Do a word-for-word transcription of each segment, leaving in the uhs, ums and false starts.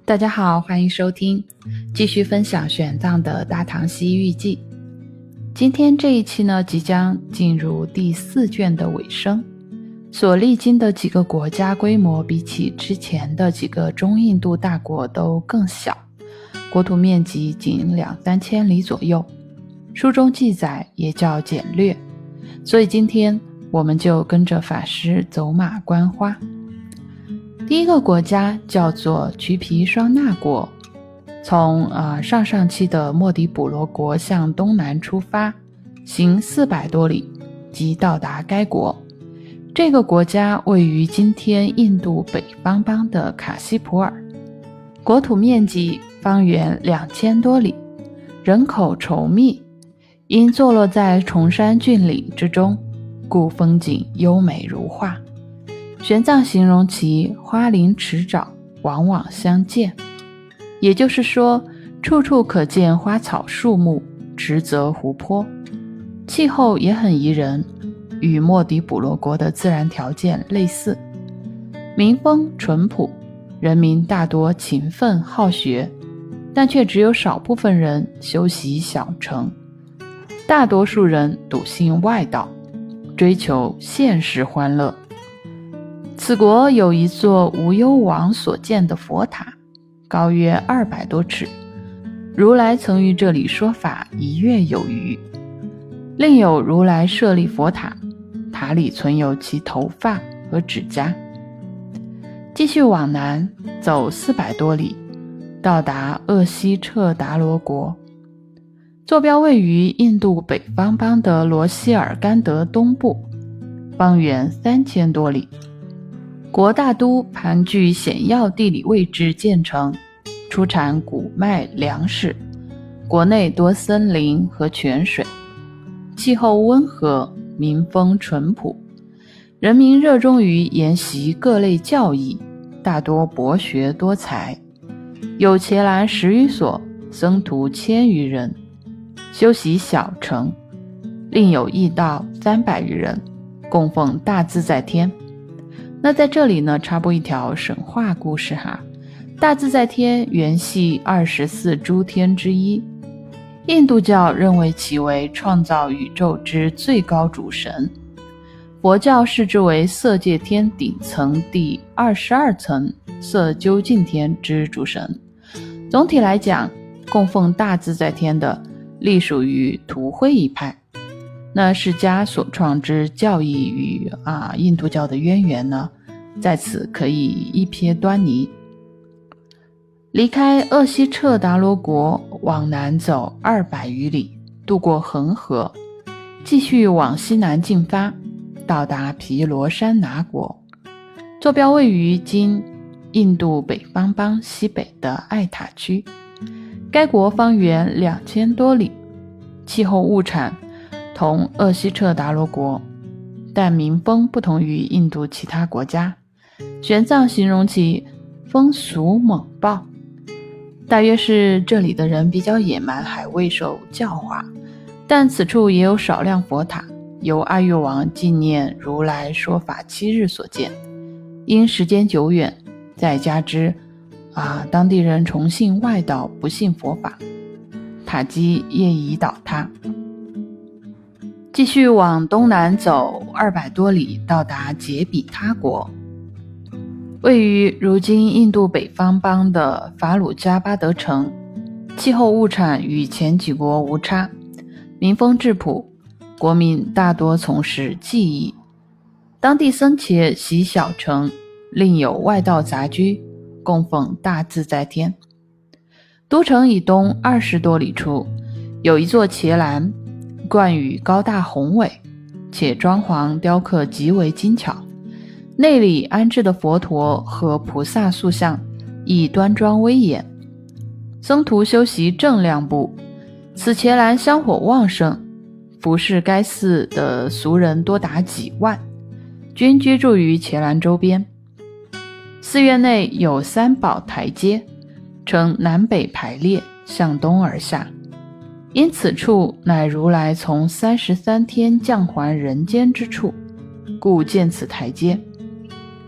大家好，欢迎收听，继续分享玄奘的大唐西域记。今天这一期呢，即将进入第四卷的尾声。所历经的几个国家规模比起之前的几个中印度大国都更小，国土面积仅两三千里左右，书中记载也较简略，所以今天我们就跟着法师走马观花。第一个国家叫做瞿皮双那国，从、呃、上上期的莫底补罗国向东南出发，行四百多里即到达该国。这个国家位于今天印度北方邦的卡西普尔，国土面积方圆两千多里，人口稠密，因坐落在崇山峻岭之中，故风景优美如画。玄奘形容其花林池沼，往往相见，也就是说，处处可见花草树木、池泽湖泊，气候也很宜人，与莫底补罗国的自然条件类似。民风淳朴，人民大多勤奋好学，但却只有少部分人修习小乘，大多数人笃信外道，追求现实欢乐。此国有一座无忧王所建的佛塔，高约二百多尺，如来曾于这里说法一月有余。另有如来设立佛塔，塔里存有其头发和指甲。继续往南走四百多里，到达鄂西彻达罗国，坐标位于印度北方邦的罗希尔甘德东部，方圆三千多里。国大都盘踞险要地理位置建成，出产谷麦粮食，国内多森林和泉水，气候温和，民风淳朴，人民热衷于研习各类教义，大多博学多才，有伽蓝十余所，僧徒千余人，修习小乘，另有义道三百余人，供奉大自在天。那在这里呢，插播一条神话故事哈。大自在天原系二十四诸天之一，印度教认为其为创造宇宙之最高主神，佛教视之为色界天顶层第二十二层色究竟天之主神。总体来讲，供奉大自在天的隶属于图辉一派。那释迦所创之教义与啊印度教的渊源呢，在此可以一瞥端倪。离开鄂西彻达罗国，往南走二百余里，渡过恒河，继续往西南进发，到达毗罗山那国，坐标位于今印度北方邦西北的艾塔区。该国方圆两千多里，气候物产同鄂西彻达罗国，但民风不同于印度其他国家。玄奘形容其风俗猛暴，大约是这里的人比较野蛮，还未受教化。但此处也有少量佛塔，由阿育王纪念如来说法七日所建，因时间久远，再加之啊，当地人崇信外道，不信佛法，塔基业已倒塌。继续往东南走二百多里，到达杰比他国，位于如今印度北方邦的法鲁加巴德城，气候物产与前几国无差，民风质朴，国民大多从事技艺，当地僧伽习小乘，另有外道杂居，供奉大自在天。都城以东二十多里处，有一座伽蓝，冠宇高大宏伟，且装潢雕刻极为精巧，内里安置的佛陀和菩萨塑像亦端庄威严，僧徒修习正量部。此伽蓝香火旺盛，服侍该寺的俗人多达几万，均居住于伽蓝周边。寺院内有三宝台阶，呈南北排列，向东而下，因此处乃如来从三十三天降还人间之处，故建此台阶。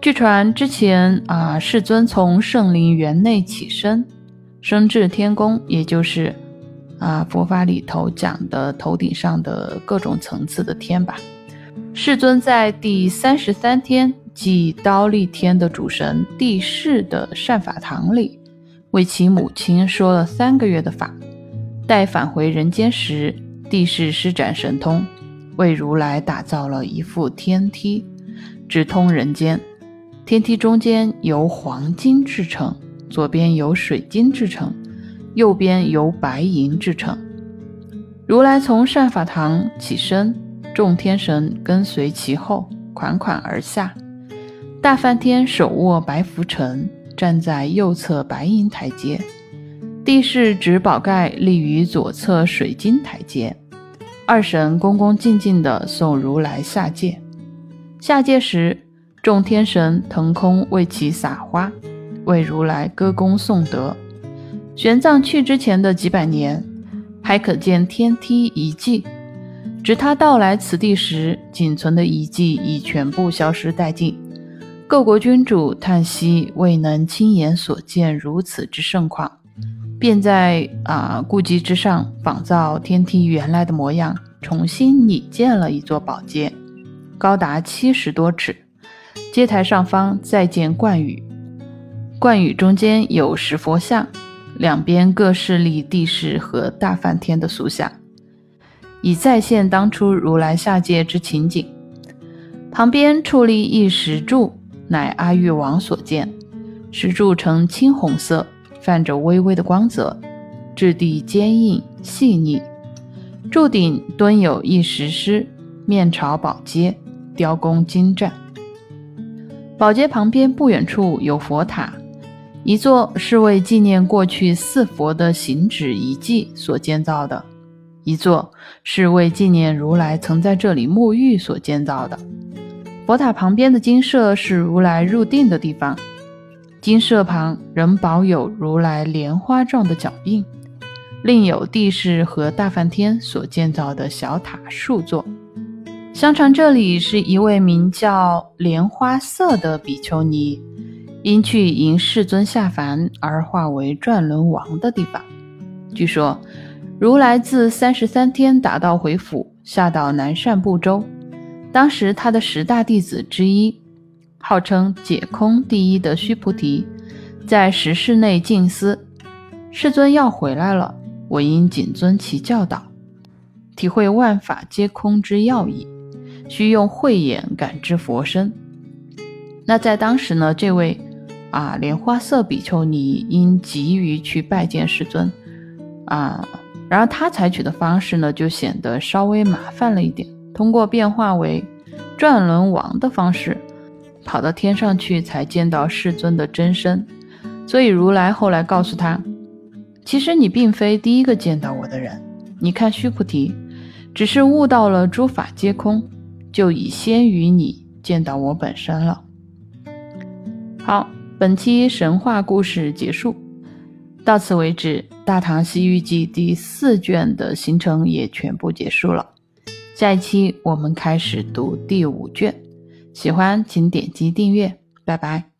据传之前啊，世尊从圣灵园内起身，升至天宫，也就是啊佛法里头讲的头顶上的各种层次的天吧。世尊在第三十三天，即忉利天的主神帝释的善法堂里，为其母亲说了三个月的法。待返回人间时，帝释施展神通，为如来打造了一副天梯，直通人间。天梯中间由黄金制成，左边由水晶制成，右边由白银制成。如来从善法堂起身，众天神跟随其后，款款而下。大梵天手握白拂尘，站在右侧白银台阶，帝释执宝盖立于左侧水晶台阶。二神恭恭敬敬地送如来下界。下界时，众天神腾空为其撒花，为如来歌功颂德。玄奘去之前的几百年，还可见天梯遗迹，直他到来此地时，仅存的遗迹已全部消失殆尽。各国君主叹息未能亲眼所见如此之盛况，便在啊故迹之上仿造天梯原来的模样，重新拟建了一座宝阶，高达七十多尺。阶台上方再建冠宇，冠宇中间有石佛像，两边各侍立帝释和大梵天的塑像，以再现当初如来下界之情景。旁边矗立一石柱，乃阿育王所建，石柱呈青红色，泛着微微的光泽，质地坚硬细腻。柱顶蹲有一石狮，面朝宝阶，雕工精湛。宝阶旁边不远处有佛塔，一座是为纪念过去四佛的行止遗迹所建造的，一座是为纪念如来曾在这里沐浴所建造的。佛塔旁边的金舍是如来入定的地方，金舍旁仍保有如来莲花状的脚印，另有帝释和大梵天所建造的小塔数座。相传这里是一位名叫莲花色的比丘尼，因去迎世尊下凡而化为转轮王的地方。据说如来自三十三天达到回府，下到南赡部洲，当时他的十大弟子之一，号称解空第一的须菩提，在石室内静思，世尊要回来了，我应谨遵其教导，体会万法皆空之要义，需用慧眼感知佛身。那在当时呢，这位啊莲花色比丘尼因急于去拜见世尊啊，然而他采取的方式呢，就显得稍微麻烦了一点，通过变化为转轮王的方式跑到天上去，才见到世尊的真身。所以如来后来告诉他，其实你并非第一个见到我的人，你看须菩提只是悟到了诸法皆空，就已先于你见到我本身了。好，本期神话故事结束，到此为止，大唐西域记第四卷的行程也全部结束了。下一期我们开始读第五卷，喜欢请点击订阅，拜拜。